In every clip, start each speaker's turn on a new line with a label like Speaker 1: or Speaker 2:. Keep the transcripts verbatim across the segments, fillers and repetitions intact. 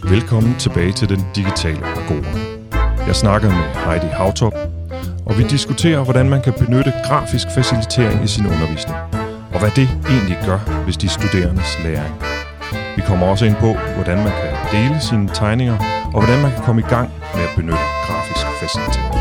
Speaker 1: Velkommen tilbage til Den Digitale Agora. Jeg snakker med Heidi Hautop, og vi diskuterer, hvordan man kan benytte grafisk facilitering i sin undervisning, og hvad det egentlig gør ved de studerendes læring. Vi kommer også ind på, hvordan man kan dele sine tegninger, og hvordan man kan komme i gang med at benytte grafisk facilitering.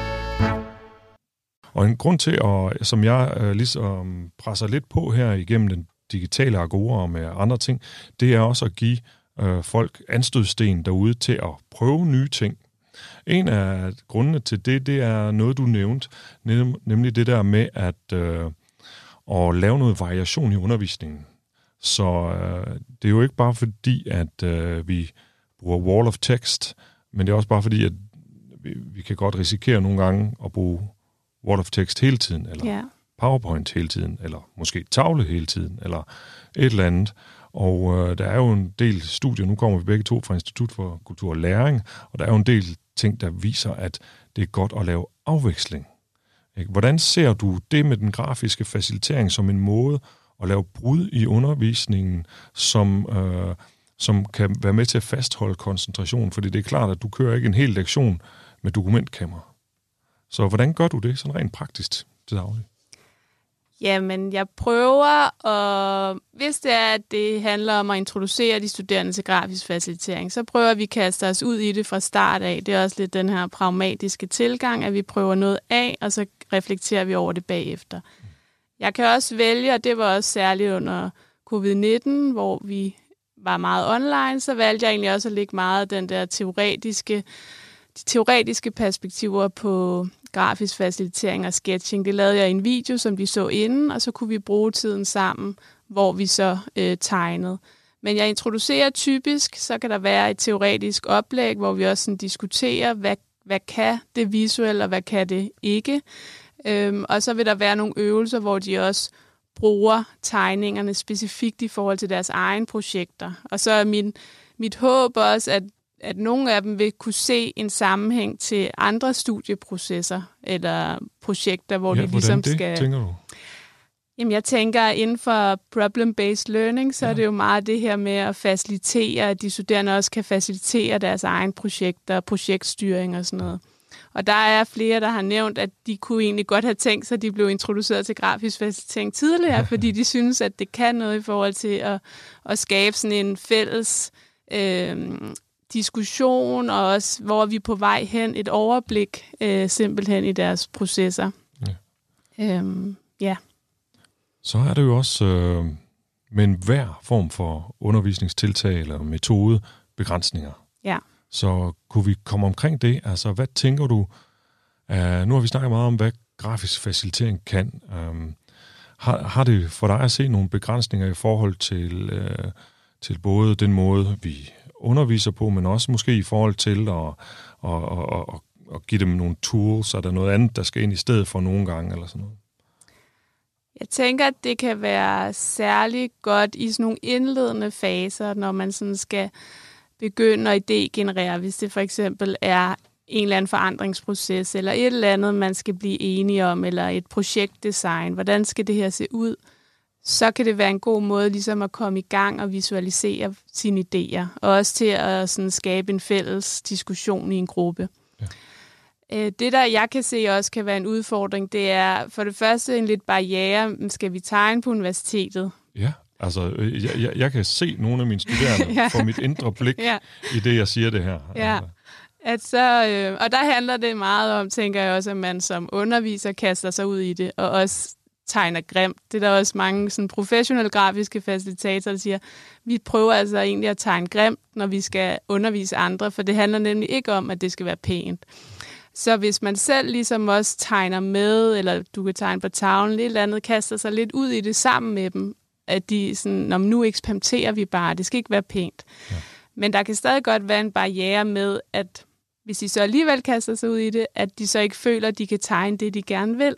Speaker 1: Og en grund til, at, som jeg øh, ligesom presser lidt på her igennem Den Digitale Agora og med andre ting, det er også at give øh, folk anstødsten derude til at prøve nye ting. En af grundene til det, det er noget, du nævnte, nemlig det der med at, øh, at lave noget variation i undervisningen. Så øh, det er jo ikke bare fordi, at øh, vi bruger wall of text, men det er også bare fordi, at vi, vi kan godt risikere nogle gange at bruge wall of text hele tiden, eller yeah. PowerPoint hele tiden, eller måske tavle hele tiden, eller et eller andet. Og øh, der er jo en del studier, nu kommer vi begge to fra Institut for Kultur og Læring, og der er jo en del ting, der viser, at det er godt at lave afveksling. Ikke? Hvordan ser du det med den grafiske facilitering som en måde at lave brud i undervisningen, som, øh, som kan være med til at fastholde koncentration? Fordi det er klart, at du kører ikke en hel lektion med dokumentkamera. Så hvordan gør du det sådan rent praktisk til daglig?
Speaker 2: Jamen, jeg prøver, og hvis det er, at det handler om at introducere de studerende til grafisk facilitering, så prøver vi at kaste os ud i det fra start af. Det er også lidt den her pragmatiske tilgang, at vi prøver noget af, og så reflekterer vi over det bagefter. Jeg kan også vælge, og det var også særligt under covid nitten, hvor vi var meget online, så valgte jeg egentlig også at lægge meget den der teoretiske, de teoretiske perspektiver på grafisk facilitering og sketching. Det lavede jeg i en video, som de så inden, og så kunne vi bruge tiden sammen, hvor vi så øh, tegnede. Men jeg introducerer typisk, så kan der være et teoretisk oplæg, hvor vi også sådan diskuterer, hvad, hvad kan det visuelle, og hvad kan det ikke. Øhm, og så vil der være nogle øvelser, hvor de også bruger tegningerne specifikt i forhold til deres egne projekter. Og så er min, mit håb også, at at nogle af dem vil kunne se en sammenhæng til andre studieprocesser eller projekter, hvor ja, de ligesom
Speaker 1: det,
Speaker 2: skal...
Speaker 1: tænker du?
Speaker 2: Jamen, jeg tænker, inden for problem-based learning, så ja. er det jo meget det her med at facilitere, at de studerende også kan facilitere deres egne projekter, projektstyring og sådan noget. Og der er flere, der har nævnt, at de kunne egentlig godt have tænkt sig, at de blev introduceret til grafisk facilitering tidligere, fordi de synes, at det kan noget i forhold til at, at skabe sådan en fælles... Øh, diskussion, og også, hvor vi er på vej hen, et overblik øh, simpelthen i deres processer. Ja. Øhm, ja.
Speaker 1: Så er det jo også øh, med enhver form for undervisningstiltag eller metode begrænsninger.
Speaker 2: Ja.
Speaker 1: Så kunne vi komme omkring det? Altså, hvad tænker du? Uh, nu har vi snakket meget om, hvad grafisk facilitering kan. Um, har, har det for dig at se nogle begrænsninger i forhold til, uh, til både den måde, vi underviser på, men også måske i forhold til at, at, at, at, at give dem nogle tools, er der noget andet, der skal ind i stedet for nogle gange, eller sådan noget?
Speaker 2: Jeg tænker, at det kan være særlig godt i sådan nogle indledende faser, når man sådan skal begynde at idégenerere, hvis det for eksempel er en eller anden forandringsproces, eller et eller andet, man skal blive enige om, eller et projektdesign. Hvordan skal det her se ud? Så kan det være en god måde ligesom at komme i gang og visualisere sine idéer, og også til at sådan skabe en fælles diskussion i en gruppe. Ja. Det, der jeg kan se også kan være en udfordring, det er for det første en lidt barriere. Skal vi tegne på universitetet?
Speaker 1: Ja, altså jeg, jeg, jeg kan se nogle af mine studerende ja. få mit indre blik ja. i det, jeg siger det her.
Speaker 2: Ja. At så, øh, og der handler det meget om, tænker jeg også, at man som underviser kaster sig ud i det, og også tegner grimt. Det er der også mange sådan, professionelle grafiske facilitatorer, der siger, vi prøver altså egentlig at tegne grimt, når vi skal undervise andre, for det handler nemlig ikke om, at det skal være pænt. Så hvis man selv ligesom også tegner med, eller du kan tegne på tavlen, et eller andet, kaster sig lidt ud i det sammen med dem, at de sådan, når nu eksperimenterer vi bare, det skal ikke være pænt. Ja. Men der kan stadig godt være en barriere med, at hvis de så alligevel kaster sig ud i det, at de så ikke føler, at de kan tegne det, de gerne vil.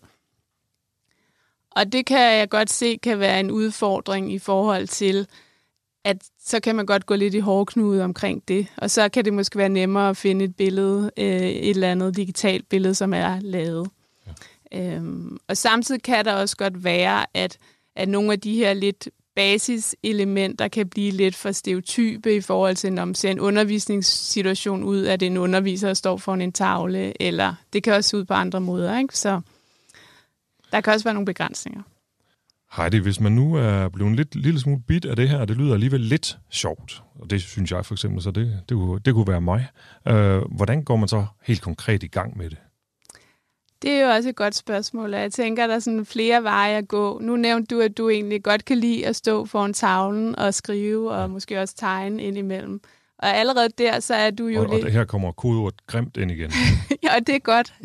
Speaker 2: Og det kan jeg godt se kan være en udfordring i forhold til, at så kan man godt gå lidt i hårdknude omkring det. Og så kan det måske være nemmere at finde et billede, øh, et eller andet digitalt billede, som er lavet. Ja. Øhm, og samtidig kan der også godt være, at, at nogle af de her lidt basiselementer kan blive lidt for stereotype i forhold til, når man ser en undervisningssituation ud, at det er en underviser, der står foran en tavle, eller det kan også se ud på andre måder, ikke? Så der kan også være nogle begrænsninger.
Speaker 1: Heidi, hvis man nu er blevet en lidt, lille smule bit af det her, det lyder alligevel lidt sjovt, og det synes jeg for eksempel, så det, det, kunne, det kunne være mig. Øh, hvordan går man så helt konkret i gang med det?
Speaker 2: Det er jo også et godt spørgsmål, og jeg tænker, der er sådan flere veje at gå. Nu nævnte du, at du egentlig godt kan lide at stå foran tavlen og skrive, og måske også tegne ind imellem. Og allerede der, så er du jo
Speaker 1: og,
Speaker 2: lidt...
Speaker 1: Og her kommer kodeordet grimt ind igen.
Speaker 2: Ja, og det er godt,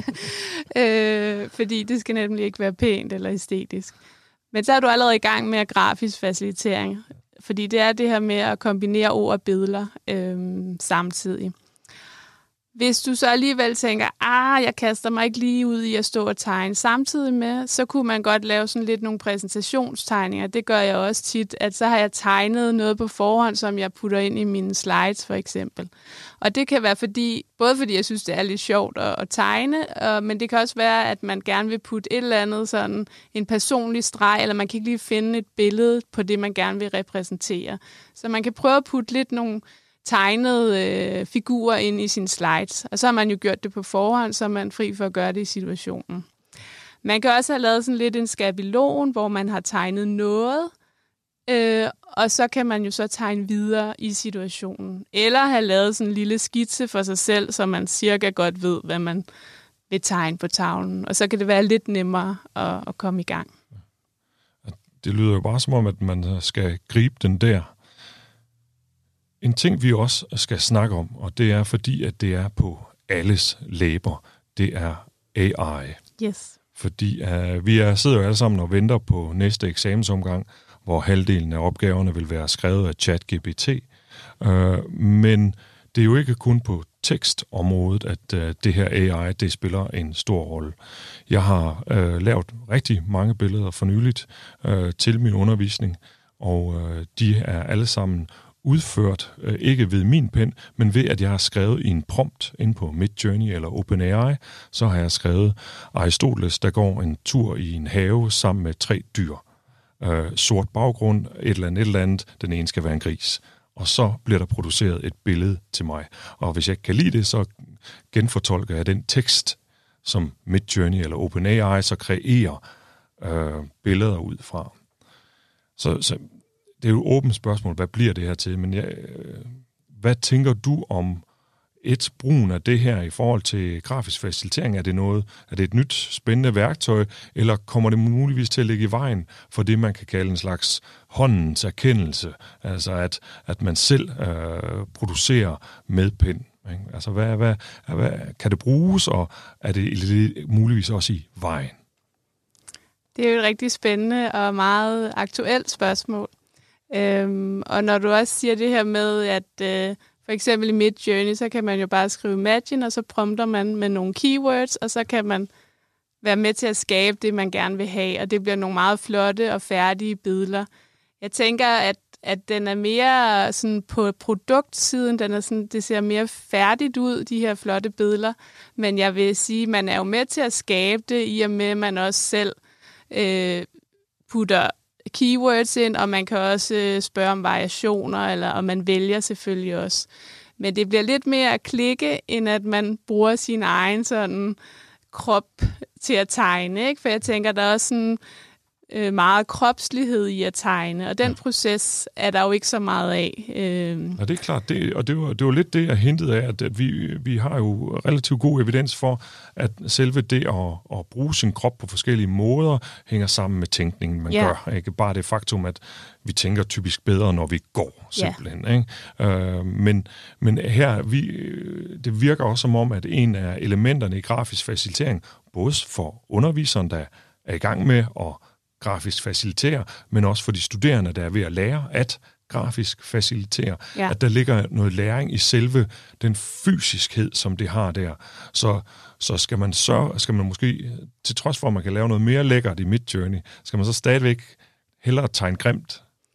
Speaker 2: øh, fordi det skal nemlig ikke være pænt eller æstetisk. Men så er du allerede i gang med grafisk facilitering, fordi det er det her med at kombinere ord og billeder øh, samtidig. Hvis du så alligevel tænker, ah, jeg kaster mig ikke lige ud i at stå og tegne samtidig med, så kunne man godt lave sådan lidt nogle præsentationstegninger. Det gør jeg også tit, at så har jeg tegnet noget på forhånd, som jeg putter ind i mine slides for eksempel. Og det kan være fordi, både fordi jeg synes, det er lidt sjovt at, at tegne, og, men det kan også være, at man gerne vil putte et eller andet, sådan en personlig streg, eller man kan ikke lige finde et billede på det, man gerne vil repræsentere. Så man kan prøve at putte lidt nogle tegnede øh, figurer ind i sine slides. Og så har man jo gjort det på forhånd, så er man fri for at gøre det i situationen. Man kan også have lavet sådan lidt en skabelon, hvor man har tegnet noget, øh, og så kan man jo så tegne videre i situationen. Eller have lavet sådan en lille skitse for sig selv, så man cirka godt ved, hvad man vil tegne på tavlen. Og så kan det være lidt nemmere at, at komme i gang.
Speaker 1: Det lyder jo bare som om, at man skal gribe den der. En ting, vi også skal snakke om, og det er fordi, at det er på alles læber, det er A I.
Speaker 2: Yes.
Speaker 1: Fordi uh, vi er, sidder jo alle sammen og venter på næste eksamensomgang, hvor halvdelen af opgaverne vil være skrevet af ChatGPT. Uh, men det er jo ikke kun på tekstområdet, at uh, det her A I, det spiller en stor rolle. Jeg har uh, lavet rigtig mange billeder for nyligt uh, til min undervisning, og uh, de er alle sammen udført, øh, ikke ved min pen, men ved, at jeg har skrevet i en prompt inde på Midjourney eller OpenAI, så har jeg skrevet Aristoteles, der går en tur i en have sammen med tre dyr. Øh, sort baggrund, et eller andet, et eller andet, den ene skal være en gris. Og så bliver der produceret et billede til mig. Og hvis jeg ikke kan lide det, så genfortolker jeg den tekst, som Midjourney eller OpenAI så kreerer øh, billeder ud fra. Så, så det er jo et åbent spørgsmål, hvad bliver det her til, men jeg, øh, hvad tænker du om et brugen af det her i forhold til grafisk facilitering? Er det noget, er det et nyt spændende værktøj, eller kommer det muligvis til at ligge i vejen for det, man kan kalde en slags håndens erkendelse, altså at, at man selv øh, producerer med pen? Ikke? Altså hvad, hvad, hvad, kan det bruges, og er det muligvis også i vejen?
Speaker 2: Det er jo et rigtig spændende og meget aktuelt spørgsmål. Øhm, og når du også siger det her med, at øh, for eksempel i Midjourney, så kan man jo bare skrive Imagine, og så prompter man med nogle keywords, og så kan man være med til at skabe det, man gerne vil have, og det bliver nogle meget flotte og færdige billeder. Jeg tænker, at, at den er mere sådan på produktsiden, den er sådan, det ser mere færdigt ud, de her flotte billeder, men jeg vil sige, man er jo med til at skabe det, i og med, at man også selv øh, putter keywords ind, og man kan også øh, spørge om variationer, eller og man vælger selvfølgelig også. Men det bliver lidt mere at klikke, end at man bruger sin egen sådan krop til at tegne, ikke? For jeg tænker, der er også sådan øh, meget kropslighed i at tegne, og den ja. proces er der jo ikke så meget af. Øh.
Speaker 1: Ja, det er klart, det, og det var, det var lidt det, jeg hentede af, at, at vi, vi har jo relativt god evidens for, at selve det at, at bruge sin krop på forskellige måder, hænger sammen med tænkningen, man ja. gør. Ikke bare det faktum, at vi tænker typisk bedre, når vi går, simpelthen. Ja. Ikke? Øh, men, men her, vi, det virker også som om, at en af elementerne i grafisk facilitering, både for underviseren, der er i gang med at grafisk facilitere, men også for de studerende, der er ved at lære at grafisk facilitere, ja. at der ligger noget læring i selve den fysiskhed, som det har der. Så, så skal man så skal man måske, til trods for, at man kan lave noget mere lækkert i Midjourney, skal man så stadigvæk hellere tegne grimt?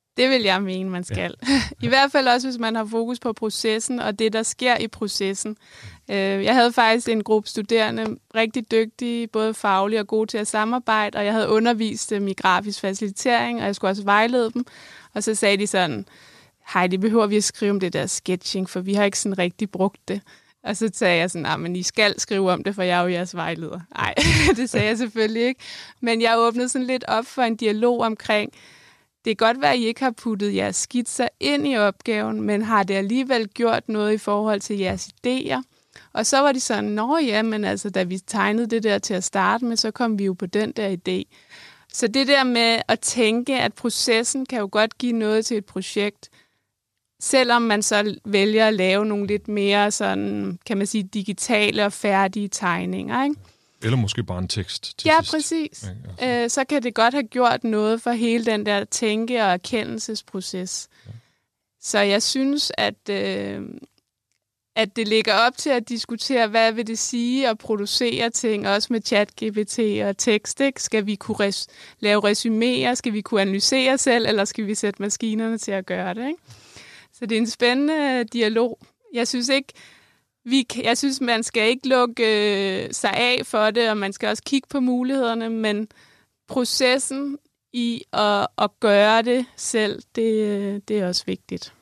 Speaker 2: Det vil jeg mene, man skal. Ja. I hvert fald også, hvis man har fokus på processen og det, der sker i processen. Jeg havde faktisk en gruppe studerende, rigtig dygtige, både faglige og gode til at samarbejde, og jeg havde undervist dem i grafisk facilitering, og jeg skulle også vejlede dem. Og så sagde de sådan, hej, det behøver vi at skrive om det der sketching, for vi har ikke sådan rigtig brugt det. Og så sagde jeg sådan, nah, men I skal skrive om det, for jeg er jo jeres vejleder. Nej, det sagde jeg selvfølgelig ikke. Men jeg åbnede sådan lidt op for en dialog omkring, det kan godt være, at I ikke har puttet jeres skitser ind i opgaven, men har det alligevel gjort noget i forhold til jeres idéer? Og så var de sådan, nå ja, men altså, da vi tegnede det der til at starte med, så kom vi jo på den der idé. Så det der med at tænke, at processen kan jo godt give noget til et projekt, selvom man så vælger at lave nogle lidt mere sådan, kan man sige, digitale og færdige tegninger, ikke?
Speaker 1: Eller måske bare en tekst til
Speaker 2: Ja,
Speaker 1: sidst.
Speaker 2: præcis.
Speaker 1: Ja, altså.
Speaker 2: Øh, så kan det godt have gjort noget for hele den der tænke- og erkendelsesproces. Ja. Så jeg synes, at, øh, at det ligger op til at diskutere, hvad vil det sige at producere ting, også med ChatGPT og tekst. Ikke? Skal vi kunne res- lave resuméer? Skal vi kunne analysere selv? Eller skal vi sætte maskinerne til at gøre det? Ikke? Så det er en spændende dialog. Jeg synes ikke... Vi, jeg synes, man skal ikke lukke øh, sig af for det, og man skal også kigge på mulighederne, men processen i at, at gøre det selv, det, det er også vigtigt.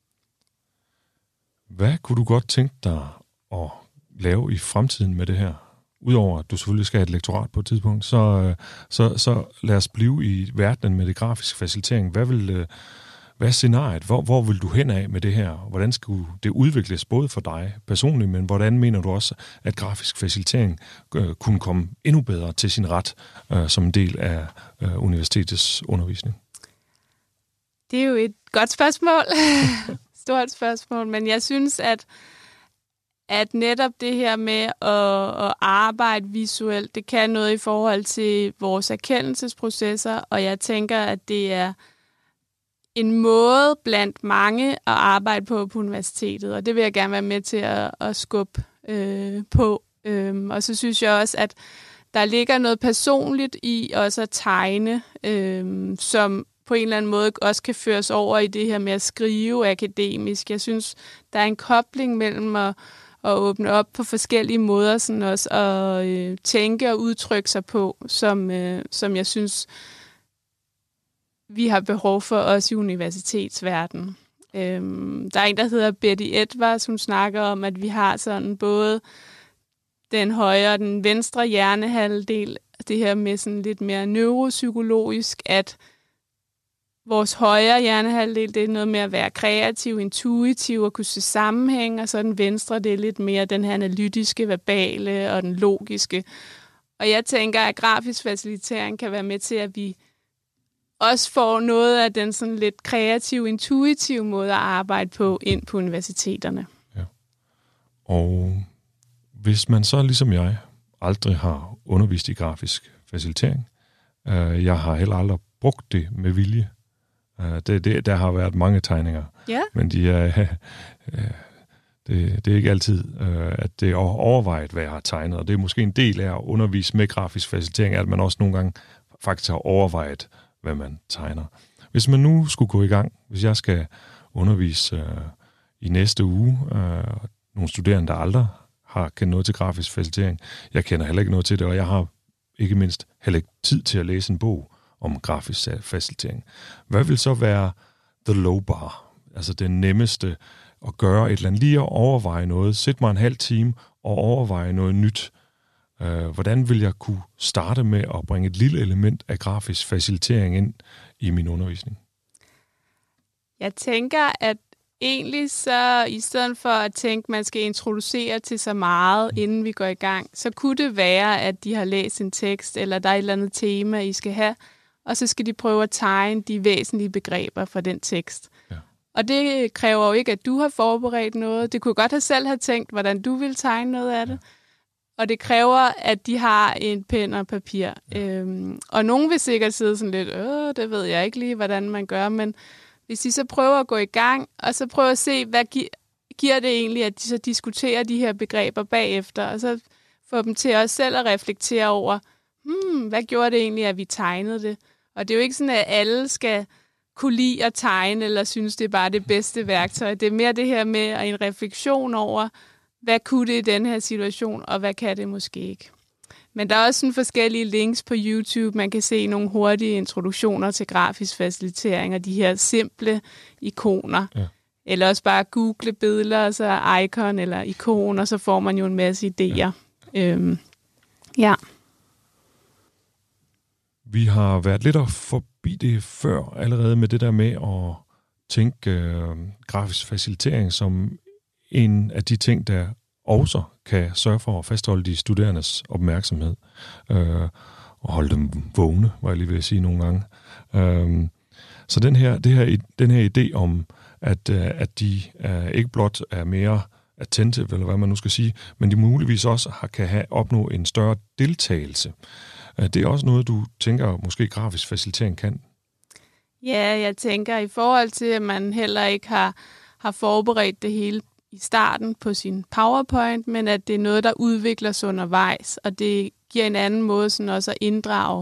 Speaker 1: Hvad kunne du godt tænke dig at lave i fremtiden med det her? Udover at du selvfølgelig skal have et lektorat på et tidspunkt, så, så, så lad os blive i verdenen med det grafiske facilitering. Hvad vil... Hvad er scenariet? Hvor, hvor vil du hen af med det her? Hvordan skal det udvikles både for dig personligt, men hvordan mener du også, at grafisk facilitering øh, kunne komme endnu bedre til sin ret øh, som en del af øh, universitetets undervisning?
Speaker 2: Det er jo et godt spørgsmål. Stort spørgsmål, men jeg synes, at, at netop det her med at, at arbejde visuelt, det kan noget i forhold til vores erkendelsesprocesser, og jeg tænker, at det er en måde blandt mange at arbejde på på universitetet, og det vil jeg gerne være med til at, at skubbe øh, på. Øhm, og så synes jeg også, at der ligger noget personligt i også at tegne, øh, som på en eller anden måde også kan føres over i det her med at skrive akademisk. Jeg synes, der er en kobling mellem at, at åbne op på forskellige måder, sådan også at øh, tænke og udtrykke sig på, som, øh, som jeg synes, vi har behov for os i universitetsverdenen. Øhm, der er en, der hedder Betty Edwards, hun snakker om, at vi har sådan både den højre og den venstre hjernehalvdel, det her med sådan lidt mere neuropsykologisk, at vores højre hjernehalvdel, det er noget med at være kreativ, intuitiv og kunne se sammenhæng, og så den venstre, det er lidt mere den her analytiske, verbale og den logiske. Og jeg tænker, at grafisk facilitering kan være med til, at vi også får noget af den sådan lidt kreative, intuitive måde at arbejde på ind på universiteterne.
Speaker 1: Ja. Og hvis man så ligesom jeg aldrig har undervist i grafisk facilitering, øh, jeg har heller aldrig brugt det med vilje. Øh, det, det, der har været mange tegninger,
Speaker 2: ja.
Speaker 1: Men de er, øh, det, det er ikke altid, øh, at det er overvejet, hvad jeg har tegnet. Og det er måske en del af at undervise med grafisk facilitering, at man også nogle gange faktisk har overvejet, hvad man tegner. Hvis man nu skulle gå i gang, hvis jeg skal undervise øh, i næste uge, øh, nogle studerende, der aldrig har kendt noget til grafisk facilitering, jeg kender heller ikke noget til det, og jeg har ikke mindst heller ikke tid til at læse en bog om grafisk facilitering. Hvad vil så være the low bar? Altså det nemmeste at gøre et eller andet, lige at overveje noget, sætte mig en halv time og overveje noget nyt. Uh, hvordan vil jeg kunne starte med at bringe et lille element af grafisk facilitering ind i min undervisning?
Speaker 2: Jeg tænker, at egentlig så, i stedet for at tænke, at man skal introducere til så meget, mm. inden vi går i gang, så kunne det være, at de har læst en tekst, eller der er et eller andet tema, I skal have, og så skal de prøve at tegne de væsentlige begreber for den tekst. Ja. Og det kræver jo ikke, at du har forberedt noget. Det kunne godt have selv have tænkt, hvordan du vil tegne noget af det. Ja. Og det kræver, at de har en pen og papir. Ja. Øhm, og nogen vil sikkert sidde sådan lidt, øh, det ved jeg ikke lige, hvordan man gør, men hvis de så prøver at gå i gang, og så prøver at se, hvad gi- giver det egentlig, at de så diskuterer de her begreber bagefter, og så få dem til også selv at reflektere over, hmm, hvad gjorde det egentlig, at vi tegnede det? Og det er jo ikke sådan, at alle skal kunne lide at tegne, eller synes, det er bare det bedste værktøj. Det er mere det her med en refleksion over, hvad kunne det i den her situation, og hvad kan det måske ikke. Men der er også sådan forskellige links på YouTube. Man kan se nogle hurtige introduktioner til grafisk facilitering, og de her simple ikoner. Ja. Eller også bare google billeder, og så icon eller ikon, og så får man jo en masse idéer. Ja. Øhm, ja.
Speaker 1: Vi har været lidt forbi det før, allerede med det der med at tænke øh, grafisk facilitering som en af de ting, der også kan sørge for at fastholde de studerendes opmærksomhed øh, og holde dem vågne, var jeg lige ved at sige nogle gange. Øh, så den her, det her, den her idé om, at, at de uh, ikke blot er mere attentive, eller hvad man nu skal sige, men de muligvis også har, kan have opnå en større deltagelse. Uh, det er også noget, du tænker, måske grafisk facilitering kan?
Speaker 2: Ja, jeg tænker i forhold til, at man heller ikke har, har forberedt det hele i starten på sin PowerPoint, men at det er noget, der udvikler sig undervejs, og det giver en anden måde sådan også at inddrage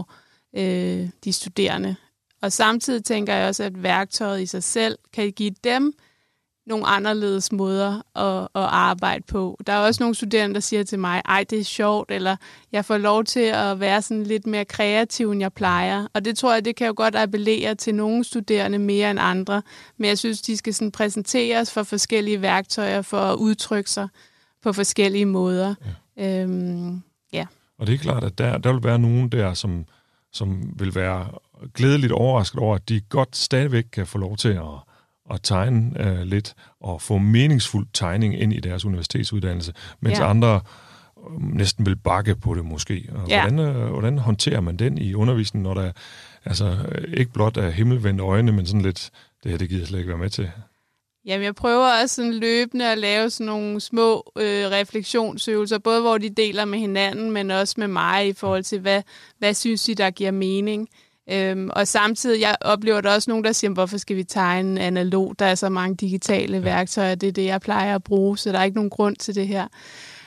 Speaker 2: øh, de studerende. Og samtidig tænker jeg også, at værktøjet i sig selv kan give dem nogle anderledes måder at, at arbejde på. Der er også nogle studerende, der siger til mig, ej, det er sjovt, eller jeg får lov til at være sådan lidt mere kreativ, end jeg plejer. Og det tror jeg, det kan jo godt appellere til nogle studerende mere end andre. Men jeg synes, de skal sådan præsenteres for forskellige værktøjer for at udtrykke sig på forskellige måder. Ja. Øhm, ja.
Speaker 1: Og det er klart, at der, der vil være nogen der, som, som vil være glædeligt overrasket over, at de godt stadigvæk kan få lov til at at tegne øh, lidt og få meningsfuld tegning ind i deres universitetsuddannelse, mens ja. andre øh, næsten vil bakke på det måske. Og ja. hvordan, øh, hvordan håndterer man den i undervisningen, når der altså, ikke blot er himmelvendte øjne, men sådan lidt, det her, det gider jeg slet ikke være med til?
Speaker 2: Jamen, jeg prøver også sådan løbende at lave sådan nogle små øh, refleksionsøvelser, både hvor de deler med hinanden, men også med mig i forhold til, hvad, hvad synes de, der giver mening. Øhm, og samtidig, jeg oplever der også nogen, der siger, hvorfor skal vi tegne analog? Der er så mange digitale værktøjer, det er det, jeg plejer at bruge, så der er ikke nogen grund til det her.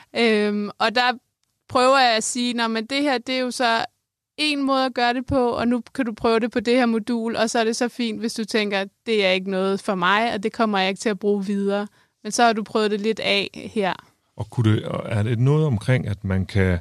Speaker 2: Øhm, og der prøver jeg at sige, nå, men det her, det er jo så en måde at gøre det på, og nu kan du prøve det på det her modul, og så er det så fint, hvis du tænker, det er ikke noget for mig, og det kommer jeg ikke til at bruge videre. Men så har du prøvet det lidt af her. Og
Speaker 1: kunne det, er det noget omkring, at man kan...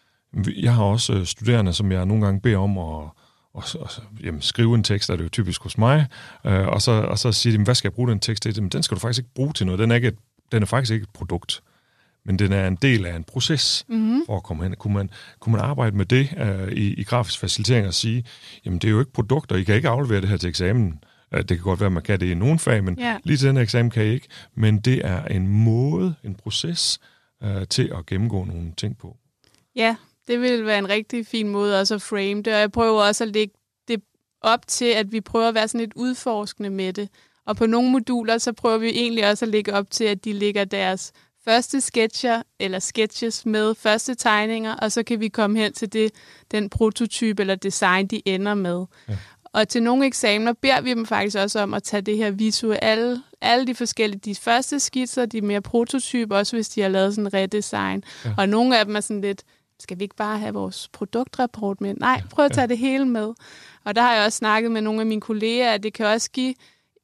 Speaker 1: Jeg har også studerende, som jeg nogle gange beder om at og, og jamen, skrive en tekst, er det jo typisk hos mig, øh, og, så, og så siger de, hvad skal jeg bruge den tekst til? Men den skal du faktisk ikke bruge til noget. Den er, ikke et, den er faktisk ikke et produkt, men den er en del af en proces mm-hmm. for at komme hen. Kunne man, kunne man arbejde med det øh, i, i grafisk facilitering og sige, jamen det er jo ikke produkter, I kan ikke aflevere det her til eksamen. Det kan godt være, at man kan det i nogle fag, men yeah. lige til den eksamen kan I ikke. Men det er en måde, en proces øh, til at gennemgå nogle ting på.
Speaker 2: Ja, det vil være en rigtig fin måde også at frame det, og jeg prøver også at lægge det op til, at vi prøver at være sådan lidt udforskende med det. Og på nogle moduler, så prøver vi egentlig også at lægge op til, at de lægger deres første sketcher eller sketches med første tegninger, og så kan vi komme hen til det, den prototype eller design, de ender med. Ja. Og til nogle eksamener beder vi dem faktisk også om at tage det her visuelle, alle, alle de forskellige, de første skitser, de mere prototyper, også hvis de har lavet sådan en redesign. Ja. Og nogle af dem er sådan lidt, skal vi ikke bare have vores produktrapport med? Nej, prøv at tage det hele med. Og der har jeg også snakket med nogle af mine kolleger, at det kan også give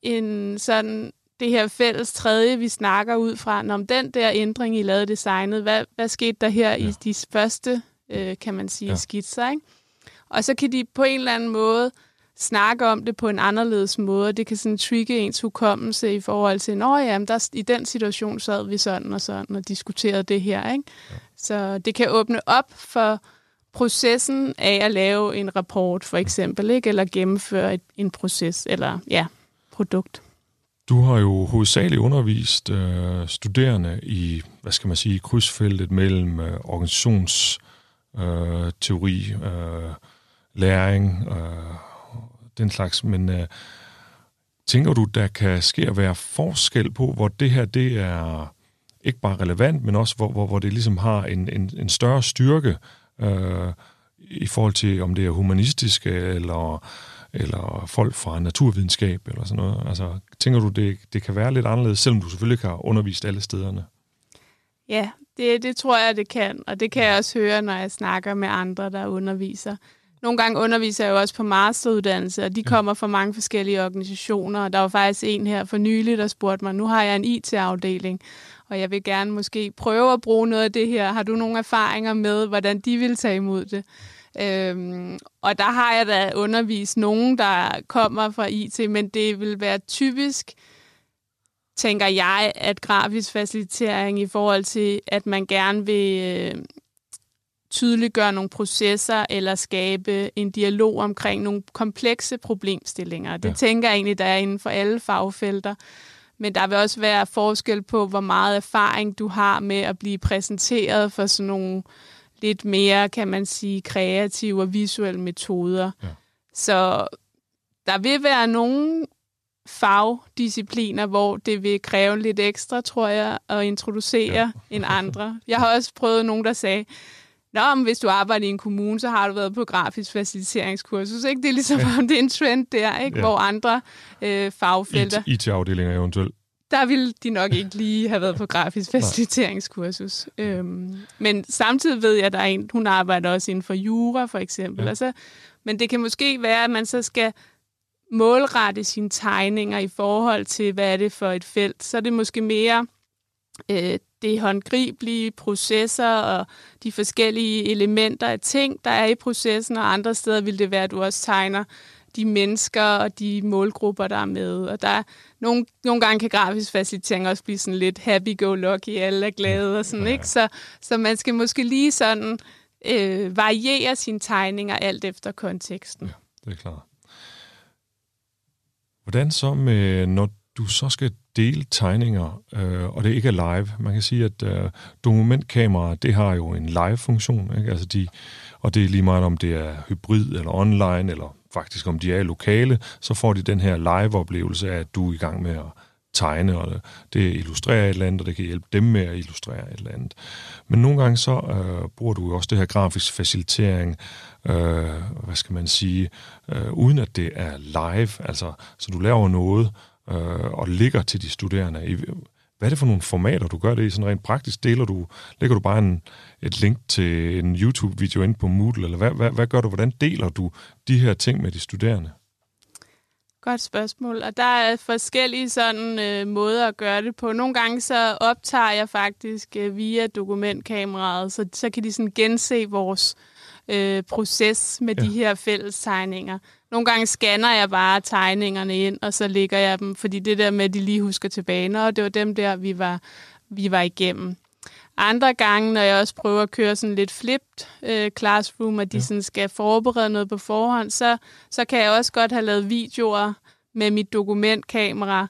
Speaker 2: en sådan, det her fælles tredje, vi snakker ud fra, når om den der ændring, I lavede designet, hvad, hvad skete der her ja. i de første, øh, kan man sige, ja. skitser, ikke? Og så kan de på en eller anden måde snakke om det på en anderledes måde. Det kan sådan trigge ens hukommelse i forhold til, nå ja, der, i den situation sad vi sådan og sådan og diskuterede det her, ikke? Ja. Så det kan åbne op for processen af at lave en rapport, for eksempel, ikke? Eller gennemføre et, en proces, eller ja, produkt.
Speaker 1: Du har jo hovedsageligt undervist øh, studerende i, hvad skal man sige, krydsfeltet mellem øh, organisationsteori, øh, øh, læring, øh, den slags, men øh, tænker du, der kan ske at være forskel på, hvor det her, det er ikke bare relevant, men også hvor, hvor, hvor det ligesom har en, en, en større styrke øh, i forhold til, om det er humanistiske eller, eller folk fra naturvidenskab eller sådan noget. Altså, tænker du, det, det kan være lidt anderledes, selvom du selvfølgelig ikke har undervist alle stederne?
Speaker 2: Ja, det, det tror jeg, det kan, og det kan jeg også høre, når jeg snakker med andre, der underviser. Nogle gange underviser jeg jo også på masteruddannelse, og de ja. kommer fra mange forskellige organisationer. Og der var faktisk en her for nylig, der spurgte mig, nu har jeg en I T-afdeling, og jeg vil gerne måske prøve at bruge noget af det her. Har du nogle erfaringer med, hvordan de vil tage imod det? Øhm, og der har jeg da undervist nogen, der kommer fra I T, men det vil være typisk, tænker jeg, at grafisk facilitering i forhold til, at man gerne vil øh, tydeliggøre nogle processer eller skabe en dialog omkring nogle komplekse problemstillinger. Det ja. tænker jeg egentlig, der er inden for alle fagfelter. Men der vil også være forskel på, hvor meget erfaring du har med at blive præsenteret for sådan nogle lidt mere, kan man sige, kreative og visuelle metoder. Ja. Så der vil være nogle fagdiscipliner, hvor det vil kræve lidt ekstra, tror jeg, at introducere ja. end andre. Jeg har også prøvet nogen, der sagde, nå, men hvis du arbejder i en kommune, så har du været på grafisk faciliteringskursus. Ikke? Det er ligesom, ja. om det er en trend der, ikke? Ja. Hvor andre øh, fagfelter...
Speaker 1: I T-afdelinger eventuelt.
Speaker 2: Der ville de nok ikke lige have været på grafisk faciliteringskursus. Øhm, men samtidig ved jeg, at der er en, hun arbejder også inden for jura, for eksempel. Ja. Altså, men det kan måske være, at man så skal målrette sine tegninger i forhold til, hvad er det for et felt. Så er det måske mere øh, det håndgribelige processer og de forskellige elementer af ting, der er i processen, og andre steder vil det være, at du også tegner de mennesker og de målgrupper, der er med. Og der nogle, nogle gange kan grafisk facilitering også blive sådan lidt happy-go-lucky, alle er glade og sådan, ja. ikke? Så, så man skal måske lige sådan øh, variere sine tegninger alt efter konteksten.
Speaker 1: Ja, det er klart. Hvordan så med, når du så skal dele tegninger, øh, og det ikke er live? Man kan sige, at øh, dokumentkamera, det har jo en live-funktion, ikke? Altså de, og det er lige meget, om det er hybrid eller online, eller faktisk om de er lokale, så får de den her live-oplevelse af, at du er i gang med at tegne, og det illustrerer et eller andet, og det kan hjælpe dem med at illustrere et eller andet. Men nogle gange så øh, bruger du jo også det her grafisk facilitering, øh, hvad skal man sige, øh, uden at det er live, altså så du laver noget øh, og ligger til de studerende. I, hvad er det for nogle formater, du gør det i? Sådan rent praktisk deler du, lægger du bare en, et link til en YouTube-video ind på Moodle, eller hvad, hvad, hvad gør du? Hvordan deler du de her ting med de studerende?
Speaker 2: Godt spørgsmål, og der er forskellige sådan øh, måder at gøre det på. Nogle gange så optager jeg faktisk øh, via dokumentkameraet, så, så kan de sådan gense vores øh, proces med ja. de her fælles tegninger. Nogle gange scanner jeg bare tegningerne ind, og så lægger jeg dem, fordi det der med, at de lige husker tilbage, og det var dem der, vi var, vi var igennem. Andre gange, når jeg også prøver at køre sådan lidt flipped øh, classroom, og de ja. sådan skal forberede noget på forhånd, så, så kan jeg også godt have lavet videoer med mit dokumentkamera,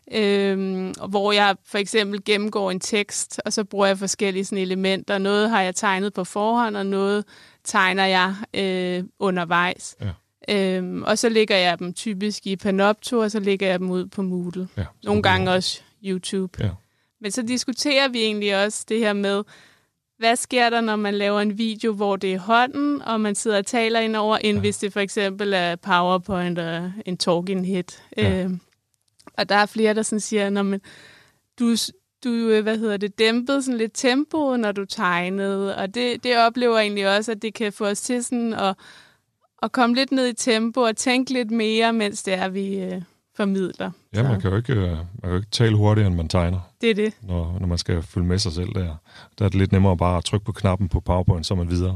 Speaker 2: øh, hvor jeg for eksempel gennemgår en tekst, og så bruger jeg forskellige sådan elementer. Noget har jeg tegnet på forhånd, og noget tegner jeg øh, undervejs. Ja. Øhm, og så lægger jeg dem typisk i Panopto, og så lægger jeg dem ud på Moodle. Ja, nogle gange også YouTube. Ja. Men så diskuterer vi egentlig også det her med, hvad sker der, når man laver en video, hvor det er hånden, og man sidder og taler indover, end ja. hvis det for eksempel er PowerPoint og en talking hit. Ja. Øhm, og der er flere, der sådan siger, når man, du, du hvad hedder det, dæmpede sådan lidt tempoet, når du tegnede. Og det, det oplever jeg egentlig også, at det kan få os til sådan at, at komme lidt ned i tempo og tænke lidt mere, mens det er, vi øh, formidler. Ja,
Speaker 1: man kan, jo ikke, man kan jo ikke tale hurtigere, end man tegner.
Speaker 2: Det er det.
Speaker 1: Når, når man skal følge med sig selv der. Der er det lidt nemmere bare at trykke på knappen på PowerPoint, så er man videre.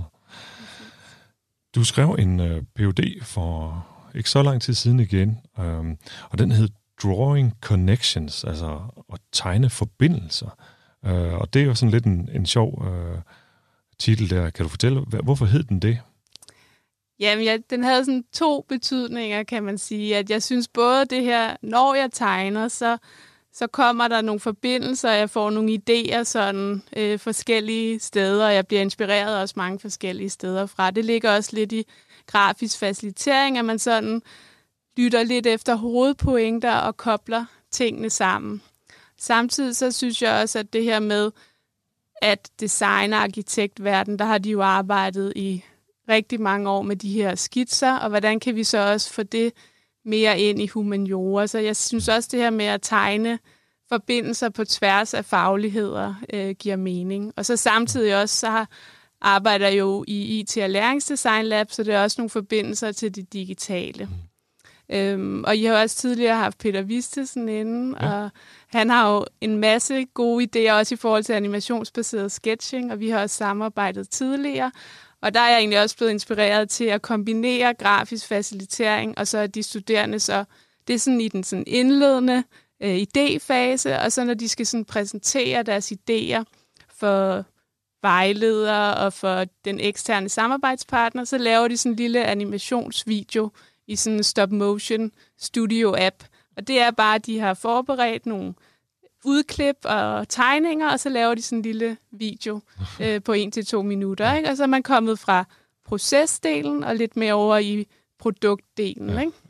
Speaker 1: Du skrev en uh, P H D for ikke så lang tid siden igen, um, og den hed Drawing Connections, altså at tegne forbindelser. Uh, og det er jo sådan lidt en, en sjov uh, titel der. Kan du fortælle, hvorfor hed den det?
Speaker 2: Jamen, ja, den havde sådan to betydninger, kan man sige. At jeg synes både det her, når jeg tegner, så, så kommer der nogle forbindelser, jeg får nogle idéer sådan øh, forskellige steder, og jeg bliver inspireret også mange forskellige steder fra. Det ligger også lidt i grafisk facilitering, at man sådan lytter lidt efter hovedpointer og kobler tingene sammen. Samtidig så synes jeg også, at det her med, at design- og arkitektverden, der har de jo arbejdet i rigtig mange år med de her skitser, og hvordan kan vi så også få det mere ind i humaniora. Så jeg synes også, det her med at tegne forbindelser på tværs af fagligheder øh, giver mening. Og så samtidig også, så har, arbejder jo i I T og Læringsdesign Lab, så det er også nogle forbindelser til det digitale. Mm. Øhm, og I har også tidligere haft Peter Vistesen inde, ja. Og han har jo en masse gode idéer, også i forhold til animationsbaseret sketching, og vi har også samarbejdet tidligere. Og der er jeg egentlig også blevet inspireret til at kombinere grafisk facilitering, og så er de studerende så, det er sådan i den sådan indledende øh, idéfase, og så når de skal sådan præsentere deres idéer for vejledere og for den eksterne samarbejdspartner, så laver de sådan en lille animationsvideo i sådan en stop-motion studio-app. Og det er bare, at de har forberedt nogle udklip og tegninger, og så laver de sådan en lille video øh, på en til to minutter. Ikke? Og så er man kommet fra procesdelen og lidt mere over i produktdelen.
Speaker 1: Ja,
Speaker 2: ikke?
Speaker 1: Ja.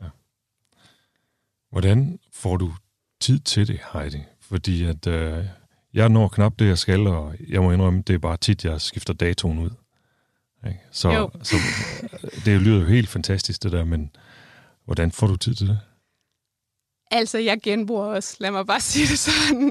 Speaker 1: Hvordan får du tid til det, Heidi? Fordi at, øh, jeg når knap det, jeg skal, og jeg må indrømme, det er bare tit, jeg skifter datoen ud. Ikke? Så, så det lyder jo helt fantastisk, det der, men hvordan får du tid til det?
Speaker 2: Altså, jeg genbruger også. Lad mig bare sige det sådan.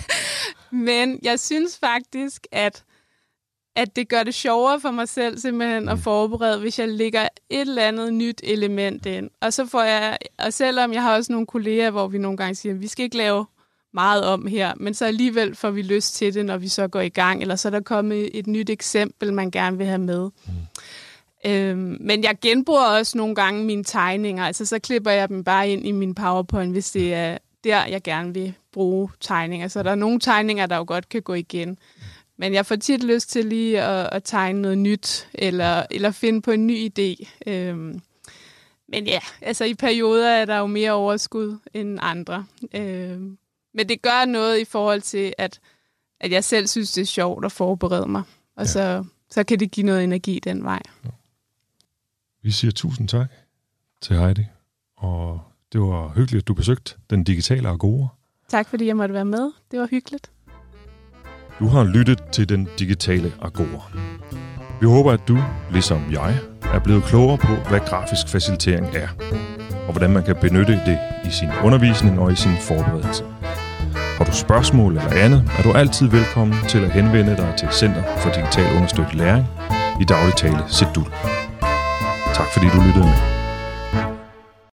Speaker 2: Men jeg synes faktisk, at, at det gør det sjovere for mig selv simpelthen at forberede, hvis jeg lægger et eller andet nyt element ind. Og så får jeg, og selvom jeg har også nogle kolleger, hvor vi nogle gange siger, at vi skal ikke lave meget om her, men så alligevel får vi lyst til det, når vi så går i gang, eller så er der kommet et nyt eksempel, man gerne vil have med. Mm. Øhm, men jeg genbruger også nogle gange mine tegninger, altså så klipper jeg dem bare ind i min PowerPoint, hvis det er der, jeg gerne vil bruge tegninger. Så der er nogle tegninger, der jo godt kan gå igen. Men jeg får tit lyst til lige at, at tegne noget nyt, eller, eller finde på en ny idé. Øhm, men ja, altså i perioder er der jo mere overskud end andre. Øhm, men det gør noget i forhold til, at, at jeg selv synes, det er sjovt at forberede mig. Og ja. så, så kan det give noget energi den vej. Ja.
Speaker 1: Vi siger tusind tak til Heidi, og det var hyggeligt, at du besøgte den digitale Agora.
Speaker 2: Tak fordi jeg måtte være med. Det var hyggeligt.
Speaker 1: Du har lyttet til den digitale Agora. Vi håber, at du, ligesom jeg, er blevet klogere på, hvad grafisk facilitering er, og hvordan man kan benytte det i sin undervisning og i sin forberedelse. Har du spørgsmål eller andet, er du altid velkommen til at henvende dig til Center for Digital Understøttet Læring, i daglig tale C E D U L. Tak fordi du lyttede med.